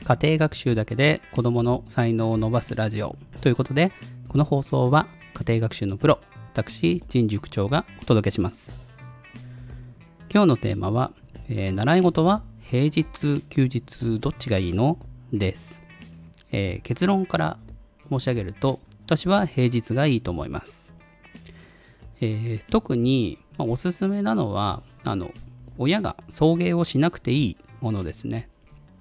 家庭学習だけで子どもの才能を伸ばすラジオということで、この放送は家庭学習のプロ、私陳塾長がお届けします。今日のテーマは、習い事は平日休日どっちがいいのです。結論から申し上げると、私は平日がいいと思います。特に、おすすめなのは親が送迎をしなくていいものですね。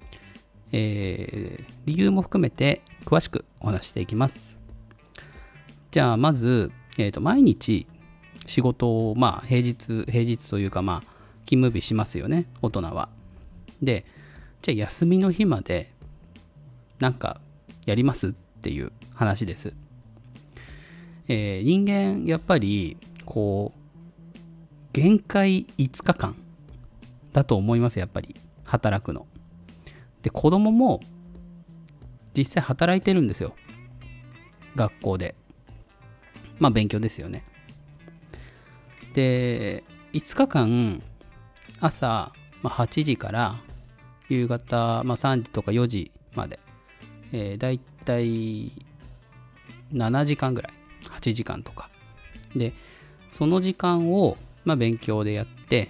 理由も含めて詳しくお話していきます。じゃあまず、毎日仕事を平日というか勤務日しますよね、大人は。で、じゃあ休みの日までなんかやりますっていう話です。人間やっぱり限界5日間だと思います。やっぱり働くので、子供も実際働いてるんですよ、学校で。勉強ですよね。で、5日間朝、8時から夕方、3時とか4時まで、だいたい7時間ぐらい、8時間とかで、その時間を、勉強でやって、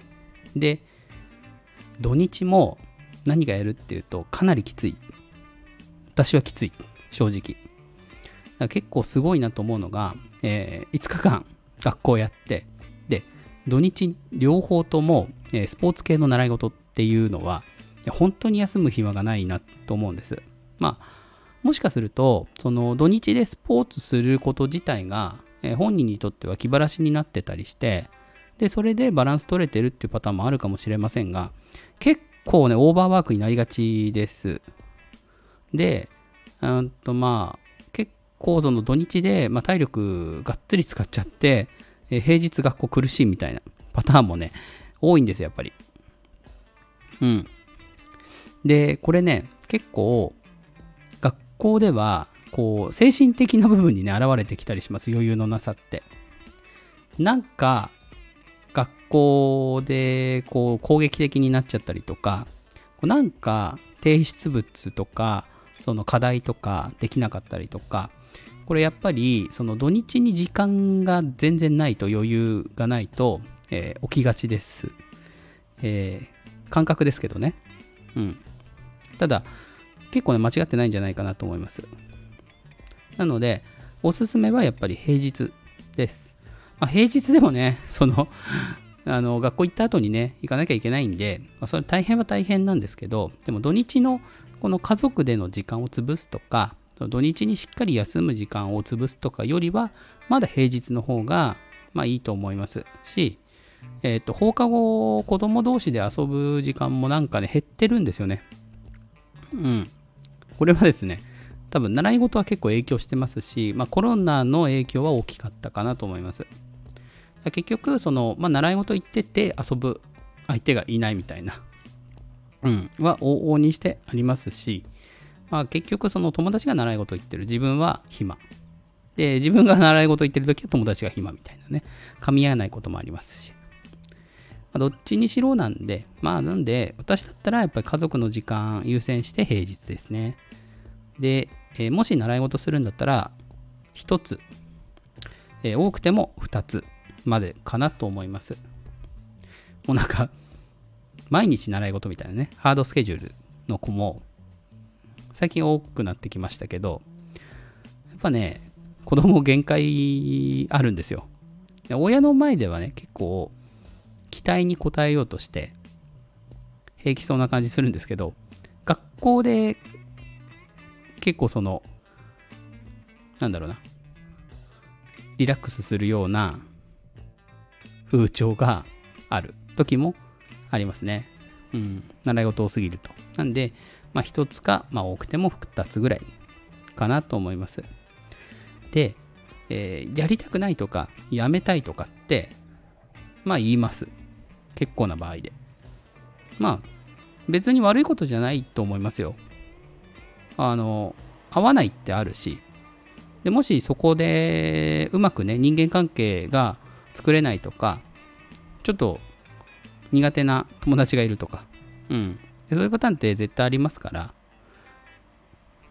で土日も何がやるっていうとかなりきつい。私はきつい、正直。だから結構すごいなと思うのが、5日間学校やって、で土日両方とも、スポーツ系の習い事っていうのは本当に休む暇がないなと思うんです。もしかするとその土日でスポーツすること自体が、本人にとっては気晴らしになってたりして、でそれでバランス取れてるっていうパターンもあるかもしれませんが、結構ねオーバーワークになりがちです。で結構その土日で、体力がっつり使っちゃって、平日学校苦しいみたいなパターンもね多いんですよ、やっぱり。でこれね、結構学校では精神的な部分にね現れてきたりします。余裕のなさって、なんか学校で攻撃的になっちゃったりとか、なんか提出物とかその課題とかできなかったりとか、これやっぱりその土日に時間が全然ないと、余裕がないと、起きがちです。感覚ですけどね。ただ結構ね間違ってないんじゃないかなと思います。なのでおすすめはやっぱり平日です。平日でもね、学校行った後にね行かなきゃいけないんで、それ大変は大変なんですけど、でも土日のこの家族での時間を潰すとか、土日にしっかり休む時間を潰すとかよりはまだ平日の方がいいと思いますし、放課後子供同士で遊ぶ時間もなんかね減ってるんですよね。これはですね、多分習い事は結構影響してますし、コロナの影響は大きかったかなと思います。結局習い事行ってて遊ぶ相手がいないみたいな、は往々にしてありますし、結局その友達が習い事行ってる、自分は暇で、自分が習い事行ってる時は友達が暇みたいなね、噛み合わないこともありますし、どっちにしろなんで、なんで私だったらやっぱり家族の時間優先して平日ですね。で、もし習い事するんだったら1つ、多くても2つまでかなと思います。もうなんか毎日習い事みたいなね、ハードスケジュールの子も最近多くなってきましたけど、やっぱね子供限界あるんですよ。で親の前ではね結構期待に応えようとして平気そうな感じするんですけど、学校で結構リラックスするような風潮がある時もありますね。習い事多すぎると。なんで一つか多くても二つぐらいかなと思います。で、やりたくないとかやめたいとかって言います、結構な場合で。別に悪いことじゃないと思いますよ。合わないってあるし、でもしそこでうまくね人間関係が作れないとか、ちょっと苦手な友達がいるとか、そういうパターンって絶対ありますから、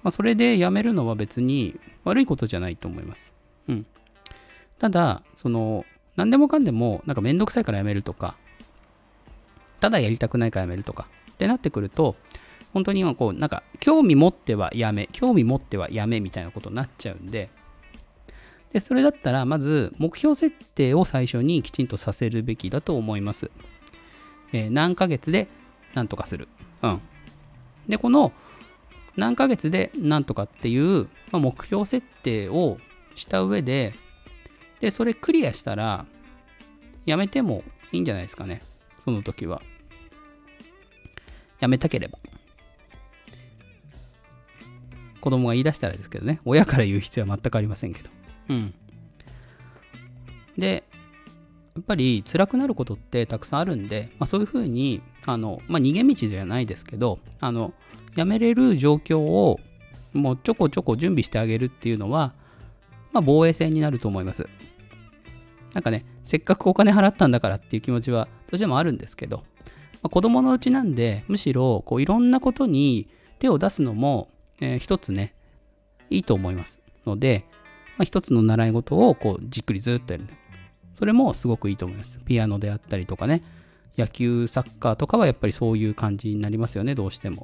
それで辞めるのは別に悪いことじゃないと思います。ただ、何でもかんでも、なんかめんどくさいから辞めるとか、ただやりたくないから辞めるとか、ってなってくると、本当になんか、興味持っては辞めみたいなことになっちゃうんで、それだったら、まず、目標設定を最初にきちんとさせるべきだと思います。何ヶ月で何とかする。で、この、何ヶ月で何とかっていう、目標設定をした上で、それクリアしたら、やめてもいいんじゃないですかね。その時は。やめたければ。子供が言い出したらですけどね。親から言う必要は全くありませんけど。で、やっぱり辛くなることってたくさんあるんで、そういうふうに、逃げ道じゃないですけど、やめれる状況をもうちょこちょこ準備してあげるっていうのは、防衛戦になると思います。なんかね、せっかくお金払ったんだからっていう気持ちはどうしてもあるんですけど、子供のうちなんで、むしろいろんなことに手を出すのも、一つね、いいと思いますので、一つの習い事をじっくりずっとやる。それもすごくいいと思います。ピアノであったりとかね、野球、サッカーとかはやっぱりそういう感じになりますよね、どうしても。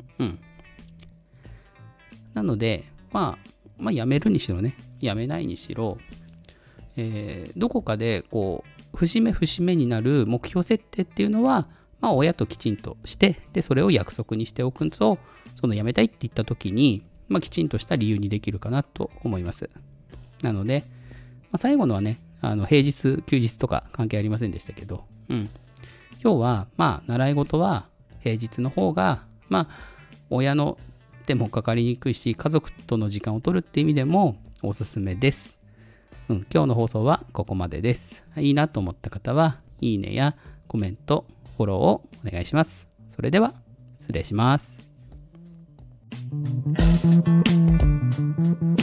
なので、やめるにしろね、やめないにしろ、どこかで節目節目になる目標設定っていうのは、親ときちんとして、それを約束にしておくと、辞めたいって言った時に、きちんとした理由にできるかなと思います。なので、最後のはね、平日、休日とか関係ありませんでしたけど、今日は、習い事は平日の方が、親の手もかかりにくいし、家族との時間を取るって意味でもおすすめです。今日の放送はここまでです。いいなと思った方は、いいねやコメント、フォローをお願いします。それでは、失礼します。